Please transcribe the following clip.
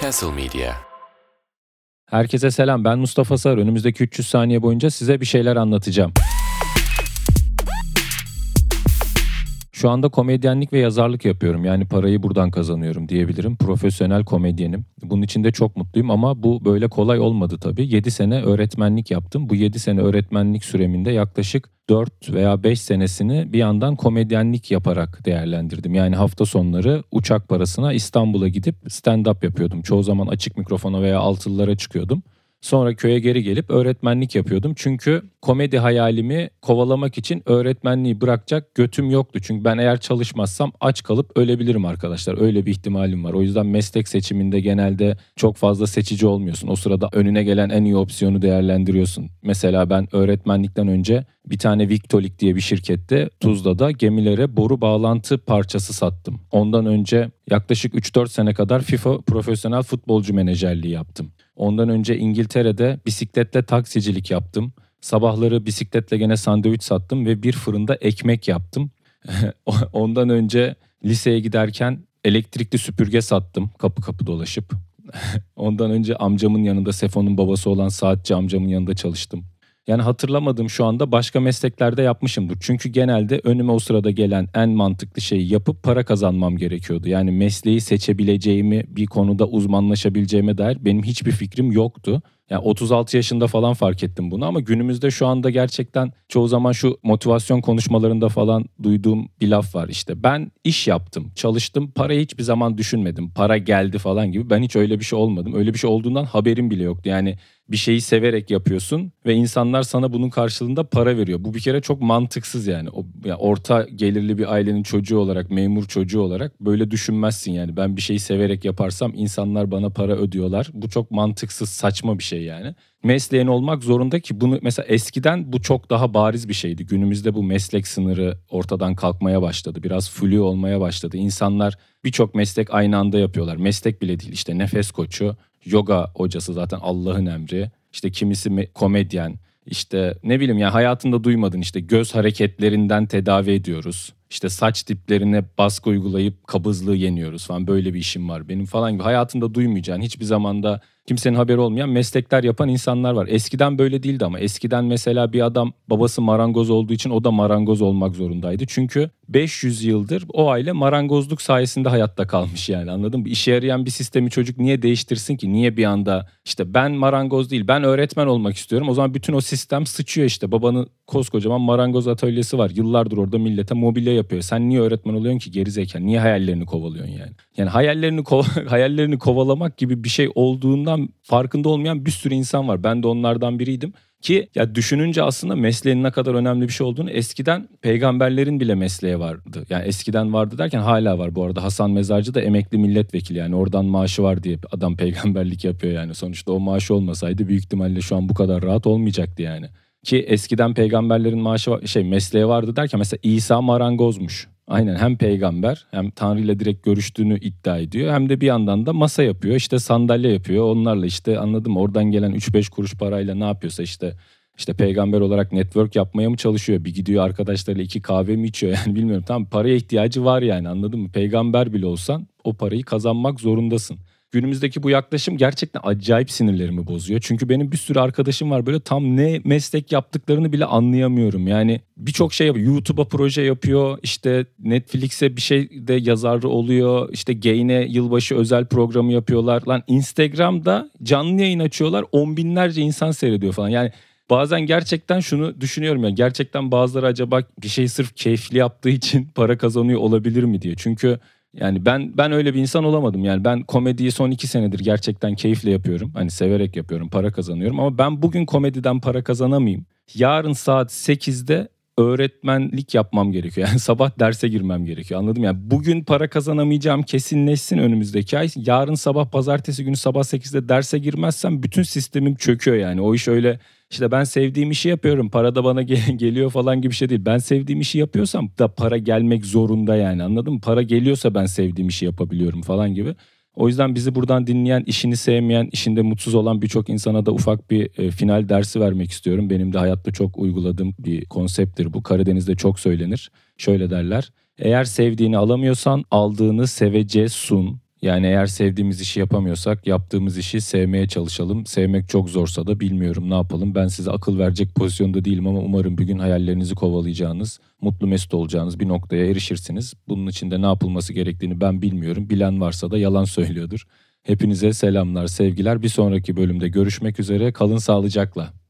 Castle Media. Herkese selam, ben Mustafa Sar. Önümüzdeki 300 saniye boyunca size bir şeyler anlatacağım. Şu anda komedyenlik ve yazarlık yapıyorum. Yani parayı buradan kazanıyorum diyebilirim. Profesyonel komedyenim. Bunun için de çok mutluyum ama bu böyle kolay olmadı tabii. 7 sene öğretmenlik yaptım. Bu 7 sene öğretmenlik süreminde yaklaşık 4 veya 5 senesini bir yandan komedyenlik yaparak değerlendirdim. Yani hafta sonları uçak parasına İstanbul'a gidip stand-up yapıyordum. Çoğu zaman açık mikrofona veya altılılara çıkıyordum. Sonra köye geri gelip öğretmenlik yapıyordum. Çünkü komedi hayalimi kovalamak için öğretmenliği bırakacak götüm yoktu. Çünkü ben eğer çalışmazsam aç kalıp ölebilirim arkadaşlar. Öyle bir ihtimalim var. O yüzden meslek seçiminde genelde çok fazla seçici olmuyorsun. O sırada önüne gelen en iyi opsiyonu değerlendiriyorsun. Mesela ben öğretmenlikten önce bir tane Victolik diye bir şirkette Tuzla'da gemilere boru bağlantı parçası sattım. Ondan önce yaklaşık 3-4 sene kadar FIFA profesyonel futbolcu menajerliği yaptım. Ondan önce İngiltere'de bisikletle taksicilik yaptım. Sabahları bisikletle gene sandviç sattım ve bir fırında ekmek yaptım. Ondan önce liseye giderken elektrikli süpürge sattım kapı kapı dolaşıp. Ondan önce amcamın yanında, Sefo'nun babası olan saatçi amcamın yanında çalıştım. Yani hatırlamadığım şu anda başka mesleklerde yapmışımdır. Çünkü genelde önüme o sırada gelen en mantıklı şeyi yapıp para kazanmam gerekiyordu. Yani mesleği seçebileceğimi, bir konuda uzmanlaşabileceğime dair benim hiçbir fikrim yoktu. Yani 36 yaşında falan fark ettim bunu ama günümüzde şu anda gerçekten çoğu zaman şu motivasyon konuşmalarında falan duyduğum bir laf var. İşte ben iş yaptım, çalıştım, parayı hiçbir zaman düşünmedim. Para geldi falan gibi. Ben hiç öyle bir şey olmadım. Öyle bir şey olduğundan haberim bile yoktu. Yani bir şeyi severek yapıyorsun ve insanlar sana bunun karşılığında para veriyor. Bu bir kere çok mantıksız yani. Yani orta gelirli bir ailenin çocuğu olarak, memur çocuğu olarak böyle düşünmezsin yani. Ben bir şeyi severek yaparsam insanlar bana para ödüyorlar. Bu çok mantıksız, saçma bir şey yani. Mesleğin olmak zorunda ki bunu mesela eskiden bu çok daha bariz bir şeydi. Günümüzde bu meslek sınırı ortadan kalkmaya başladı. Biraz flu olmaya başladı. İnsanlar birçok meslek aynı anda yapıyorlar. Meslek bile değil, işte nefes koçu, yoga hocası zaten Allah'ın emri. İşte kimisi komedyen, işte ne bileyim ya, hayatında duymadın, işte göz hareketlerinden tedavi ediyoruz. İşte saç diplerine baskı uygulayıp kabızlığı yeniyoruz falan, böyle bir işim var benim falan gibi. Hayatında duymayacağın, hiçbir zamanda kimsenin haberi olmayan meslekler yapan insanlar var. Eskiden böyle değildi ama eskiden mesela bir adam babası marangoz olduğu için o da marangoz olmak zorundaydı. Çünkü 500 yıldır o aile marangozluk sayesinde hayatta kalmış yani, anladın mı? İşe yarayan bir sistemi çocuk niye değiştirsin ki? Niye bir anda işte ben marangoz değil ben öğretmen olmak istiyorum. O zaman bütün o sistem sıçıyor işte. Babanın koskocaman marangoz atölyesi var. Yıllardır orada millete mobilya yapıyor. Sen niye öğretmen oluyorsun ki gerizekalı? Niye hayallerini kovalıyorsun yani? Yani hayallerini kovalamak gibi bir şey olduğundan farkında olmayan bir sürü insan var. Ben de onlardan biriydim. Ki ya düşününce aslında mesleğin ne kadar önemli bir şey olduğunu, eskiden peygamberlerin bile mesleği vardı. Yani eskiden vardı derken hala var bu arada. Hasan Mezarcı da emekli milletvekili, yani oradan maaşı var diye adam peygamberlik yapıyor yani. Sonuçta o maaşı olmasaydı büyük ihtimalle şu an bu kadar rahat olmayacaktı yani. Ki eskiden peygamberlerin mesleği vardı derken mesela İsa marangozmuş. Aynen, hem peygamber hem Tanrı ile direkt görüştüğünü iddia ediyor. Hem de bir yandan da masa yapıyor, işte sandalye yapıyor. Onlarla işte, anladın mı, oradan gelen 3-5 kuruş parayla ne yapıyorsa işte peygamber olarak network yapmaya mı çalışıyor? Bir gidiyor arkadaşlarıyla 2 kahve mi içiyor yani, bilmiyorum. Tamam, paraya ihtiyacı var yani, anladın mı? Peygamber bile olsan o parayı kazanmak zorundasın. Günümüzdeki bu yaklaşım gerçekten acayip sinirlerimi bozuyor. Çünkü benim bir sürü arkadaşım var, böyle tam ne meslek yaptıklarını bile anlayamıyorum. Yani birçok şey yapıyor. YouTube'a proje yapıyor, işte Netflix'e bir şey de yazarı oluyor, işte Gain'e yılbaşı özel programı yapıyorlar. Lan Instagram'da canlı yayın açıyorlar, 10 binlerce insan seyrediyor falan. Yani bazen gerçekten şunu düşünüyorum ya, gerçekten bazıları acaba bir şey sırf keyifli yaptığı için para kazanıyor olabilir mi diye. Çünkü yani ben öyle bir insan olamadım. Yani ben komediyi son 2 senedir gerçekten keyifle yapıyorum. Hani severek yapıyorum, para kazanıyorum. Ama ben bugün komediden para kazanamayayım. Yarın saat 8'de öğretmenlik yapmam gerekiyor. Yani sabah derse girmem gerekiyor. Anladın mı? Yani bugün para kazanamayacağım kesinleşsin önümüzdeki ay. Yarın sabah, pazartesi günü sabah 8'de derse girmezsem bütün sistemim çöküyor yani. O iş öyle işte ben sevdiğim işi yapıyorum, para da bana geliyor falan gibi bir şey değil. Ben sevdiğim işi yapıyorsam da para gelmek zorunda yani, anladın mı? Para geliyorsa ben sevdiğim işi yapabiliyorum falan gibi. O yüzden bizi buradan dinleyen, işini sevmeyen, işinde mutsuz olan birçok insana da ufak bir final dersi vermek istiyorum. Benim de hayatta çok uyguladığım bir konsepttir bu. Karadeniz'de çok söylenir. Şöyle derler: eğer sevdiğini alamıyorsan aldığını sevece sun. Yani eğer sevdiğimiz işi yapamıyorsak yaptığımız işi sevmeye çalışalım. Sevmek çok zorsa da bilmiyorum ne yapalım. Ben size akıl verecek pozisyonda değilim ama umarım bir gün hayallerinizi kovalayacağınız, mutlu mesut olacağınız bir noktaya erişirsiniz. Bunun için de ne yapılması gerektiğini ben bilmiyorum. Bilen varsa da yalan söylüyordur. Hepinize selamlar, sevgiler. Bir sonraki bölümde görüşmek üzere. Kalın sağlıcakla.